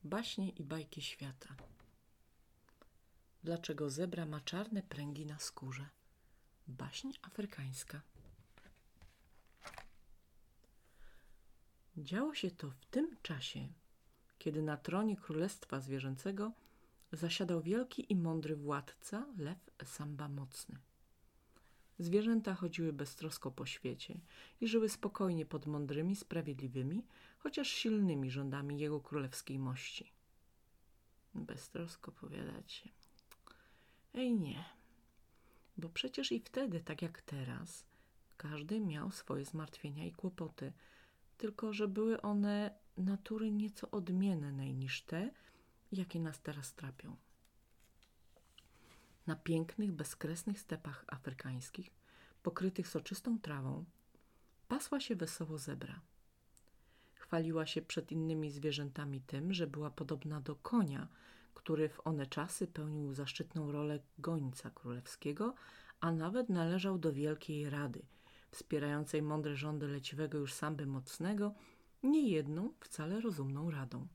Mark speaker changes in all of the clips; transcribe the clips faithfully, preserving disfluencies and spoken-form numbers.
Speaker 1: Baśnie i bajki świata. Dlaczego zebra ma czarne pręgi na skórze? Baśń afrykańska. Działo się to w tym czasie, kiedy na tronie Królestwa Zwierzęcego zasiadał wielki i mądry władca, lew Samba Mocny. Zwierzęta chodziły beztrosko po świecie i żyły spokojnie pod mądrymi, sprawiedliwymi, chociaż silnymi rządami jego królewskiej mości. Beztrosko powiadacie. Ej nie, bo przecież i wtedy, tak jak teraz, każdy miał swoje zmartwienia i kłopoty, tylko że były one natury nieco odmiennej niż te, jakie nas teraz trapią. Na pięknych, bezkresnych stepach afrykańskich, pokrytych soczystą trawą, pasła się wesoło zebra. Chwaliła się przed innymi zwierzętami tym, że była podobna do konia, który w one czasy pełnił zaszczytną rolę gońca królewskiego, a nawet należał do Wielkiej Rady, wspierającej mądre rządy leciwego już Samby Mocnego, niejedną wcale rozumną radą.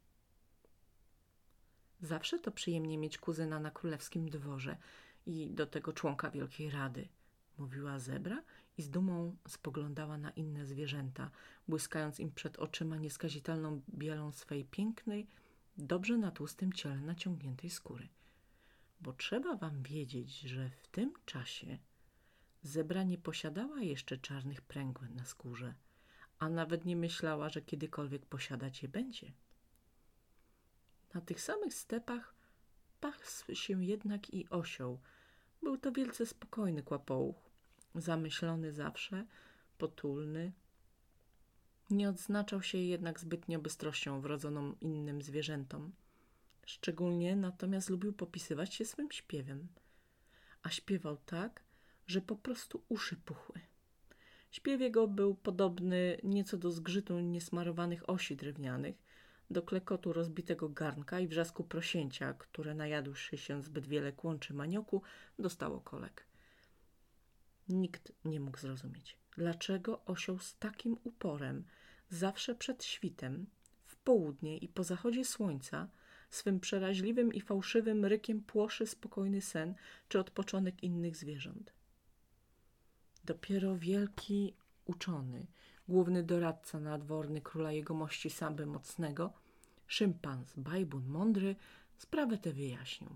Speaker 1: Zawsze to przyjemnie mieć kuzyna na królewskim dworze i do tego członka Wielkiej Rady, mówiła zebra i z dumą spoglądała na inne zwierzęta, błyskając im przed oczyma nieskazitelną bielą swej pięknej, dobrze na tłustym ciele naciągniętej skóry. Bo trzeba wam wiedzieć, że w tym czasie zebra nie posiadała jeszcze czarnych pręgów na skórze, a nawet nie myślała, że kiedykolwiek posiadać je będzie. Na tych samych stepach pasł się jednak i osioł. Był to wielce spokojny kłapouch, zamyślony zawsze, potulny. Nie odznaczał się jednak zbytnio bystrością wrodzoną innym zwierzętom. Szczególnie natomiast lubił popisywać się swym śpiewem. A śpiewał tak, że po prostu uszy puchły. Śpiew jego był podobny nieco do zgrzytu niesmarowanych osi drewnianych, do klekotu rozbitego garnka i wrzasku prosięcia, które najadłszy się zbyt wiele kłączy manioku, dostało kolek. Nikt nie mógł zrozumieć, dlaczego osioł z takim uporem zawsze przed świtem, w południe i po zachodzie słońca swym przeraźliwym i fałszywym rykiem płoszy spokojny sen czy odpoczynek innych zwierząt. Dopiero wielki uczony, główny doradca nadworny króla jegomości Samby Mocnego, szympans Bajbun Mądry, sprawę tę wyjaśnił.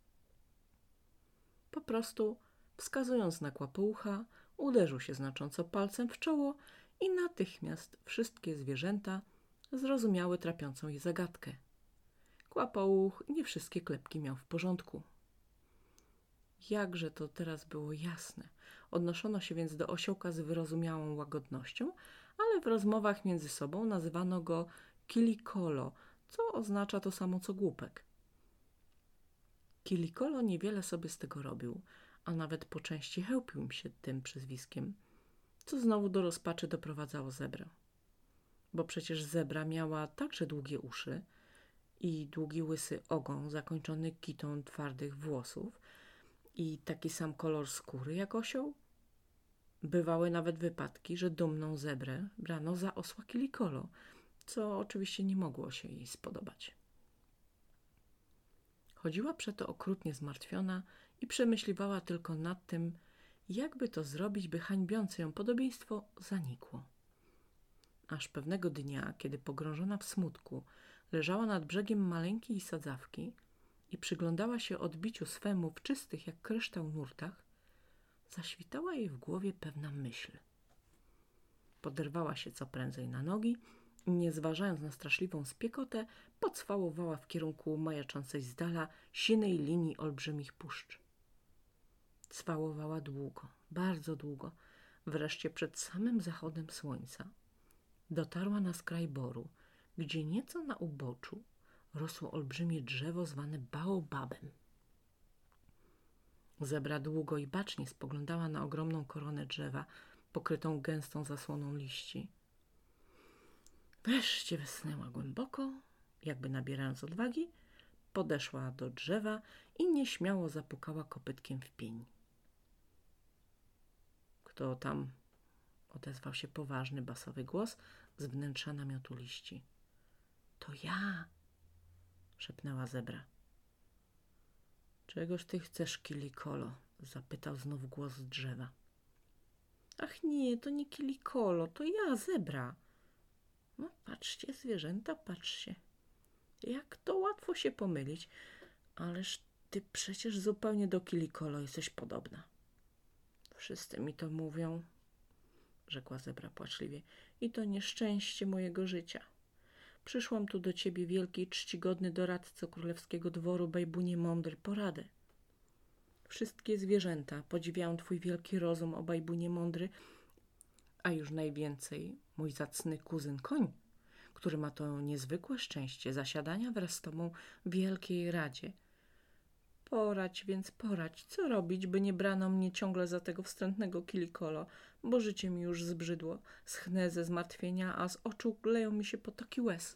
Speaker 1: Po prostu, wskazując na kłapoucha, uderzył się znacząco palcem w czoło i natychmiast wszystkie zwierzęta zrozumiały trapiącą je zagadkę. Kłapouch nie wszystkie klepki miał w porządku. Jakże to teraz było jasne. Odnoszono się więc do osiołka z wyrozumiałą łagodnością, ale w rozmowach między sobą nazywano go kilikolo, co oznacza to samo co głupek. Kilikolo niewiele sobie z tego robił, a nawet po części chełpił się tym przyzwiskiem, co znowu do rozpaczy doprowadzało zebrę. Bo przecież zebra miała także długie uszy i długi łysy ogon zakończony kitą twardych włosów i taki sam kolor skóry jak osioł. Bywały nawet wypadki, że dumną zebrę brano za osła kilikolo, co oczywiście nie mogło się jej spodobać. Chodziła przeto okrutnie zmartwiona i przemyśliwała tylko nad tym, jakby to zrobić, by hańbiące ją podobieństwo zanikło. Aż pewnego dnia, kiedy pogrążona w smutku leżała nad brzegiem maleńkiej sadzawki i przyglądała się odbiciu swemu w czystych jak kryształ nurtach, zaświtała jej w głowie pewna myśl. Poderwała się co prędzej na nogi i nie zważając na straszliwą spiekotę, pocwałowała w kierunku majaczącej z dala sinej linii olbrzymich puszcz. Cwałowała długo, bardzo długo. Wreszcie przed samym zachodem słońca dotarła na skraj boru, gdzie nieco na uboczu rosło olbrzymie drzewo zwane baobabem. Zebra długo i bacznie spoglądała na ogromną koronę drzewa, pokrytą gęstą zasłoną liści. Wreszcie westchnęła głęboko, jakby nabierając odwagi, podeszła do drzewa i nieśmiało zapukała kopytkiem w pień. Kto tam? Odezwał się poważny, basowy głos z wnętrza namiotu liści. To ja, szepnęła zebra. Czegoż ty chcesz, Kilikolo? Zapytał znów głos z drzewa. Ach nie, to nie Kilikolo, to ja, zebra. No patrzcie, zwierzęta, patrzcie. Jak to łatwo się pomylić, ależ ty przecież zupełnie do Kilikolo jesteś podobna. Wszyscy mi to mówią, rzekła zebra płaczliwie, i to nieszczęście mojego życia. Przyszłam tu do ciebie, wielki i czcigodny doradco królewskiego dworu, Bajbunie mądry, po radę. Wszystkie zwierzęta podziwiają twój wielki rozum, o Bajbunie mądry, a już najwięcej mój zacny kuzyn koń, który ma to niezwykłe szczęście zasiadania wraz z tobą w wielkiej radzie. Poradź więc, poradź, co robić, by nie brano mnie ciągle za tego wstrętnego Kilikolo, bo życie mi już zbrzydło, schnę ze zmartwienia, a z oczu leją mi się potoki łez.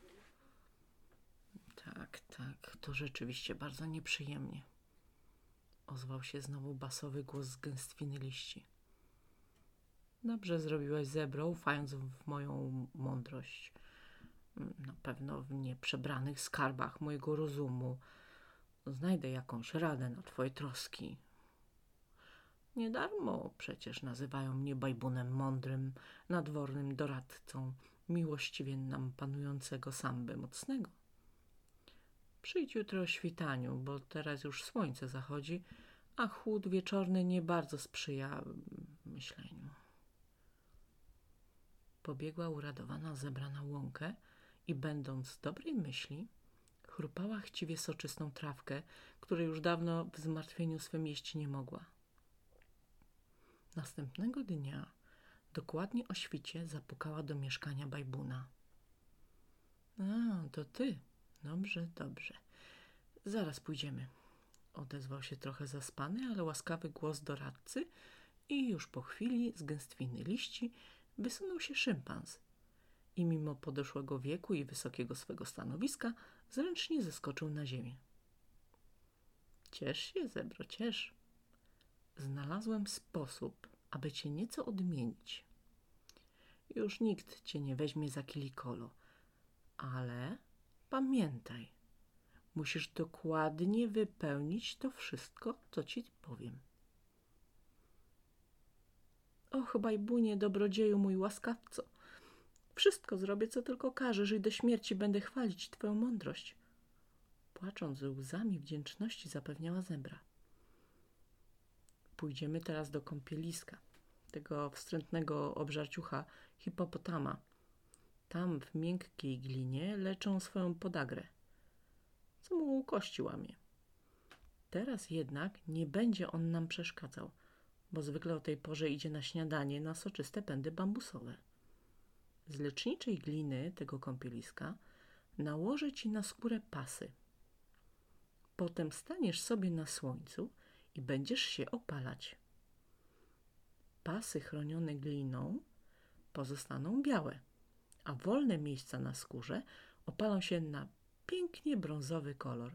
Speaker 1: Tak, tak, to rzeczywiście bardzo nieprzyjemnie, ozwał się znowu basowy głos z gęstwiny liści. Dobrze zrobiłaś, zebro, ufając w moją mądrość. Na pewno w nieprzebranych skarbach mojego rozumu znajdę jakąś radę na twoje troski. Nie darmo przecież nazywają mnie Bajbunem mądrym, nadwornym doradcą, miłościwie nam panującego Samby mocnego. Przyjdź jutro o świtaniu, bo teraz już słońce zachodzi, a chłód wieczorny nie bardzo sprzyja myśleniu. Pobiegła uradowana zebra na łąkę i będąc dobrej myśli, chrupała chciwie soczystą trawkę, której już dawno w zmartwieniu swym jeść nie mogła. Następnego dnia, dokładnie o świcie, zapukała do mieszkania Bajbuna. A, to ty. Dobrze, dobrze. Zaraz pójdziemy. Odezwał się trochę zaspany, ale łaskawy głos doradcy i już po chwili z gęstwiny liści wysunął się szympans i mimo podeszłego wieku i wysokiego swego stanowiska zręcznie zeskoczył na ziemię. Ciesz się, zebro, ciesz. Znalazłem sposób, aby cię nieco odmienić. Już nikt cię nie weźmie za Kilikolo, ale pamiętaj, musisz dokładnie wypełnić to wszystko, co ci powiem. Och, Bajbunie, dobrodzieju mój łaskawco, wszystko zrobię, co tylko każesz i do śmierci będę chwalić twoją mądrość. Płacząc łzami wdzięczności, zapewniała zebra. Pójdziemy teraz do kąpieliska, tego wstrętnego obżarciucha hipopotama. Tam w miękkiej glinie leczą swoją podagrę, co mu kości łamie. Teraz jednak nie będzie on nam przeszkadzał, bo zwykle o tej porze idzie na śniadanie na soczyste pędy bambusowe. Z leczniczej gliny tego kąpieliska nałożę ci na skórę pasy. Potem staniesz sobie na słońcu i będziesz się opalać. Pasy chronione gliną pozostaną białe, a wolne miejsca na skórze opalą się na pięknie brązowy kolor.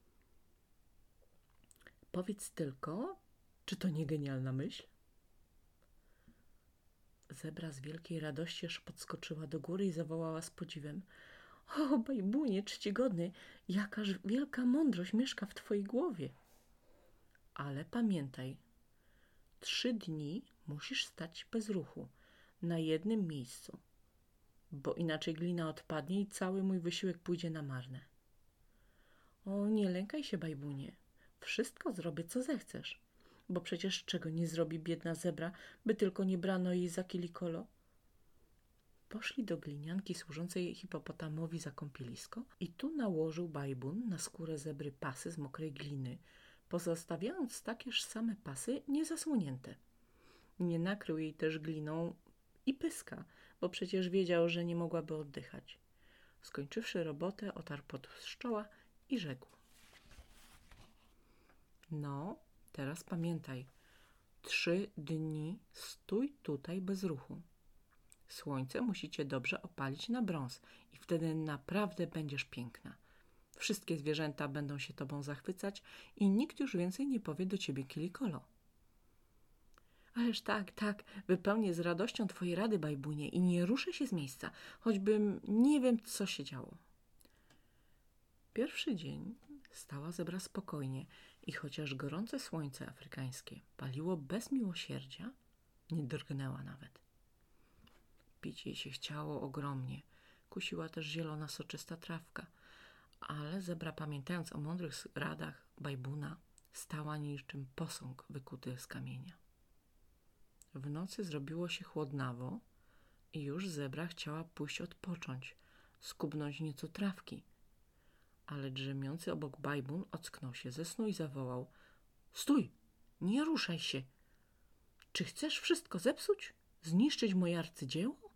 Speaker 1: Powiedz tylko, czy to nie genialna myśl? Zebra z wielkiej radości aż podskoczyła do góry i zawołała z podziwem. O, Bajbunie czcigodny, jakaż wielka mądrość mieszka w twojej głowie. Ale pamiętaj, trzy dni musisz stać bez ruchu, na jednym miejscu, bo inaczej glina odpadnie i cały mój wysiłek pójdzie na marne. O, nie lękaj się, Bajbunie, wszystko zrobię, co zechcesz, bo przecież czego nie zrobi biedna zebra, by tylko nie brano jej za Kilikolo. Poszli do glinianki służącej hipopotamowi za kąpielisko i tu nałożył Bajbun na skórę zebry pasy z mokrej gliny, pozostawiając takież same pasy niezasłonięte. Nie nakrył jej też gliną i pyska, bo przecież wiedział, że nie mogłaby oddychać. Skończywszy robotę, otarł pot z czoła i rzekł. No, teraz pamiętaj, trzy dni stój tutaj bez ruchu. Słońce musi cię dobrze opalić na brąz i wtedy naprawdę będziesz piękna. Wszystkie zwierzęta będą się tobą zachwycać i nikt już więcej nie powie do ciebie Kilikolo. Ależ tak, tak, wypełnię z radością twoje rady, Bajbunie, i nie ruszę się z miejsca, choćbym nie wiem, co się działo. Pierwszy dzień stała zebra spokojnie i chociaż gorące słońce afrykańskie paliło bez miłosierdzia, nie drgnęła nawet. Pić jej się chciało ogromnie. Kusiła też zielona, soczysta trawka, ale zebra, pamiętając o mądrych radach Bajbuna, stała niczym posąg wykuty z kamienia. W nocy zrobiło się chłodnawo i już zebra chciała pójść odpocząć, skubnąć nieco trawki, ale drzemiący obok Bajbun ocknął się ze snu i zawołał: „Stój! Nie ruszaj się! Czy chcesz wszystko zepsuć? Zniszczyć moje arcydzieło?”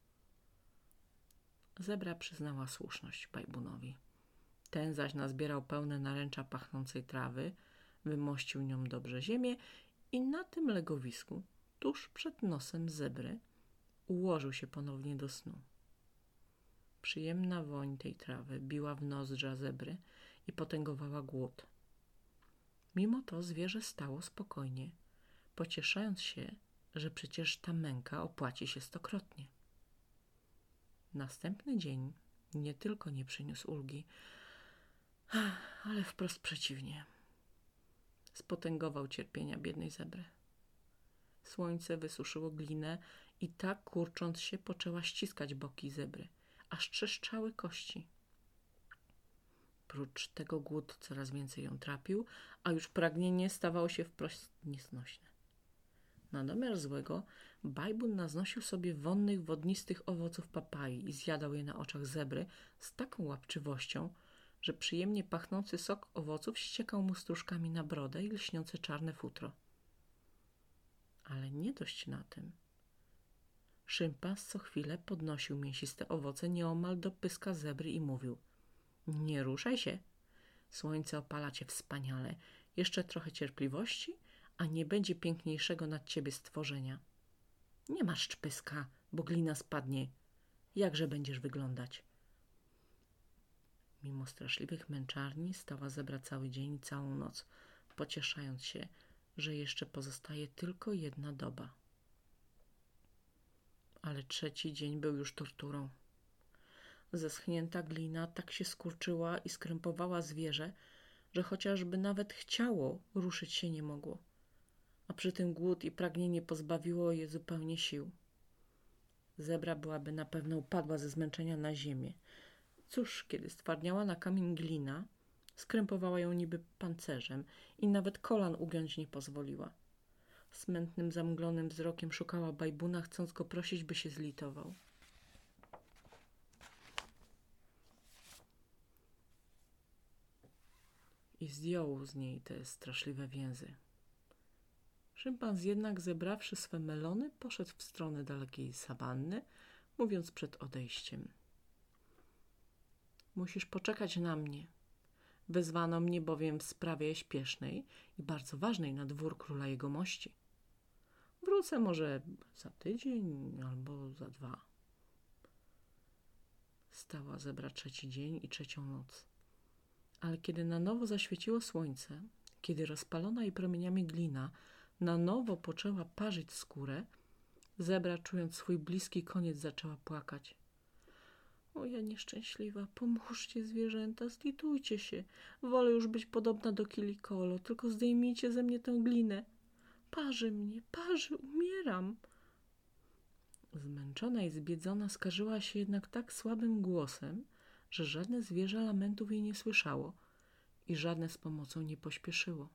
Speaker 1: Zebra przyznała słuszność Bajbunowi. Ten zaś nazbierał pełne naręcza pachnącej trawy, wymościł nią dobrze ziemię i na tym legowisku, tuż przed nosem zebry, ułożył się ponownie do snu. Przyjemna woń tej trawy biła w nozdrza zebry i potęgowała głód. Mimo to zwierzę stało spokojnie, pocieszając się, że przecież ta męka opłaci się stokrotnie. Następny dzień nie tylko nie przyniósł ulgi, ale wprost przeciwnie. Spotęgował cierpienia biednej zebry. Słońce wysuszyło glinę i tak kurcząc się poczęła ściskać boki zebry, aż trzeszczały kości. Prócz tego głód coraz więcej ją trapił, a już pragnienie stawało się wprost nieznośne. Na domiar złego Bajbun naznosił sobie wonnych, wodnistych owoców papai i zjadał je na oczach zebry z taką łapczywością, że przyjemnie pachnący sok owoców ściekał mu stróżkami na brodę i lśniące czarne futro. Ale nie dość na tym. Szympans co chwilę podnosił mięsiste owoce nieomal do pyska zebry i mówił: „Nie ruszaj się. Słońce opala cię wspaniale. Jeszcze trochę cierpliwości, a nie będzie piękniejszego nad ciebie stworzenia. Nie masz pyska, bo glina spadnie. Jakże będziesz wyglądać?” Mimo straszliwych męczarni stała zebra cały dzień i całą noc, pocieszając się, że jeszcze pozostaje tylko jedna doba. Ale trzeci dzień był już torturą. Zeschnięta glina tak się skurczyła i skrępowała zwierzę, że chociażby nawet chciało, ruszyć się nie mogło, a przy tym głód i pragnienie pozbawiło je zupełnie sił. Zebra byłaby na pewno upadła ze zmęczenia na ziemię. Cóż, kiedy stwardniała na kamień glina, skrępowała ją niby pancerzem i nawet kolan ugiąć nie pozwoliła. Smętnym, zamglonym wzrokiem szukała Bajbuna, chcąc go prosić, by się zlitował. I zdjął z niej te straszliwe więzy. Szympans jednak, zebrawszy swe melony, poszedł w stronę dalekiej sawanny, mówiąc przed odejściem: „Musisz poczekać na mnie. Wezwano mnie bowiem w sprawie śpiesznej i bardzo ważnej na dwór króla jegomości. Wrócę może za tydzień albo za dwa”. Stała zebra trzeci dzień i trzecią noc. Ale kiedy na nowo zaświeciło słońce, kiedy rozpalona jej promieniami glina na nowo poczęła parzyć skórę, zebra, czując swój bliski koniec, zaczęła płakać. „O, ja nieszczęśliwa, pomóżcie, zwierzęta, zlitujcie się. Wolę już być podobna do Kilikolo, tylko zdejmijcie ze mnie tę glinę. Parzy mnie, parzy, umieram”. Zmęczona i zbiedzona skarżyła się jednak tak słabym głosem, że żadne zwierzę lamentów jej nie słyszało i żadne z pomocą nie pośpieszyło.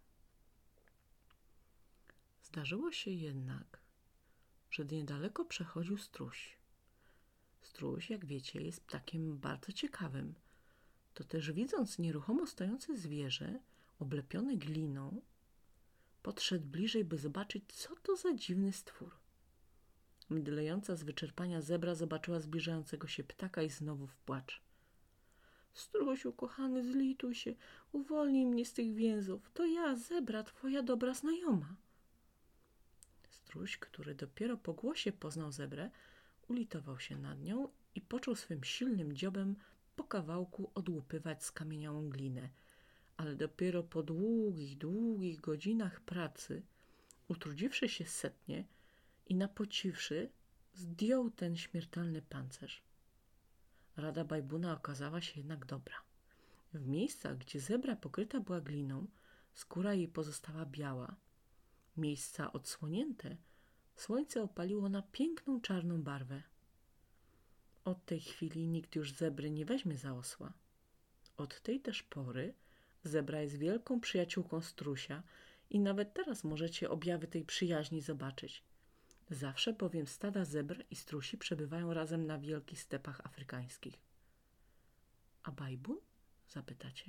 Speaker 1: Zdarzyło się jednak, że niedaleko przechodził struś. Struś, jak wiecie, jest ptakiem bardzo ciekawym. To też, widząc nieruchomo stojące zwierzę, oblepione gliną, podszedł bliżej, by zobaczyć, co to za dziwny stwór. Mdlejąca z wyczerpania zebra zobaczyła zbliżającego się ptaka i znowu w płacz. „Strusiu, kochany, zlituj się, uwolnij mnie z tych więzów. To ja, zebra, twoja dobra znajoma”. Struś, który dopiero po głosie poznał zebrę, ulitował się nad nią i począł swym silnym dziobem po kawałku odłupywać skamieniałą glinę, ale dopiero po długich, długich godzinach pracy, utrudziwszy się setnie i napociwszy, zdjął ten śmiertelny pancerz. Rada Bajbuna okazała się jednak dobra. W miejscach, gdzie zebra pokryta była gliną, skóra jej pozostała biała. Miejsca odsłonięte słońce opaliło na piękną czarną barwę. Od tej chwili nikt już zebry nie weźmie za osła. Od tej też pory zebra jest wielką przyjaciółką strusia i nawet teraz możecie objawy tej przyjaźni zobaczyć. Zawsze bowiem stada zebr i strusi przebywają razem na wielkich stepach afrykańskich. A Bajbun? Zapytacie.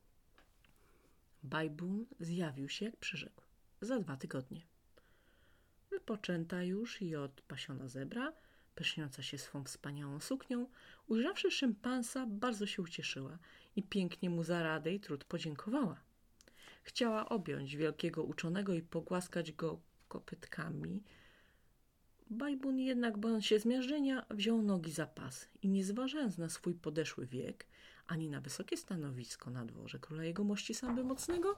Speaker 1: Bajbun zjawił się, jak przyrzekł, za dwa tygodnie. Wypoczęta już i odpasiona zebra, pyszniąca się swą wspaniałą suknią, ujrzawszy szympansa, bardzo się ucieszyła i pięknie mu za radę i trud podziękowała. Chciała objąć wielkiego uczonego i pogłaskać go kopytkami. Bajbun jednak, bojąc się zmiażdżenia, wziął nogi za pas i nie zważając na swój podeszły wiek, ani na wysokie stanowisko na dworze króla jegomości Samby Mocnego,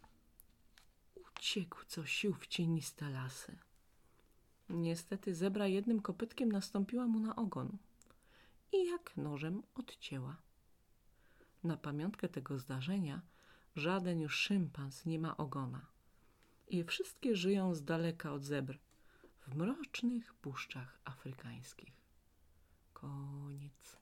Speaker 1: uciekł co sił w cieniste lasy. Niestety zebra jednym kopytkiem nastąpiła mu na ogon i jak nożem odcięła. Na pamiątkę tego zdarzenia żaden już szympans nie ma ogona i wszystkie żyją z daleka od zebr w mrocznych puszczach afrykańskich. Koniec.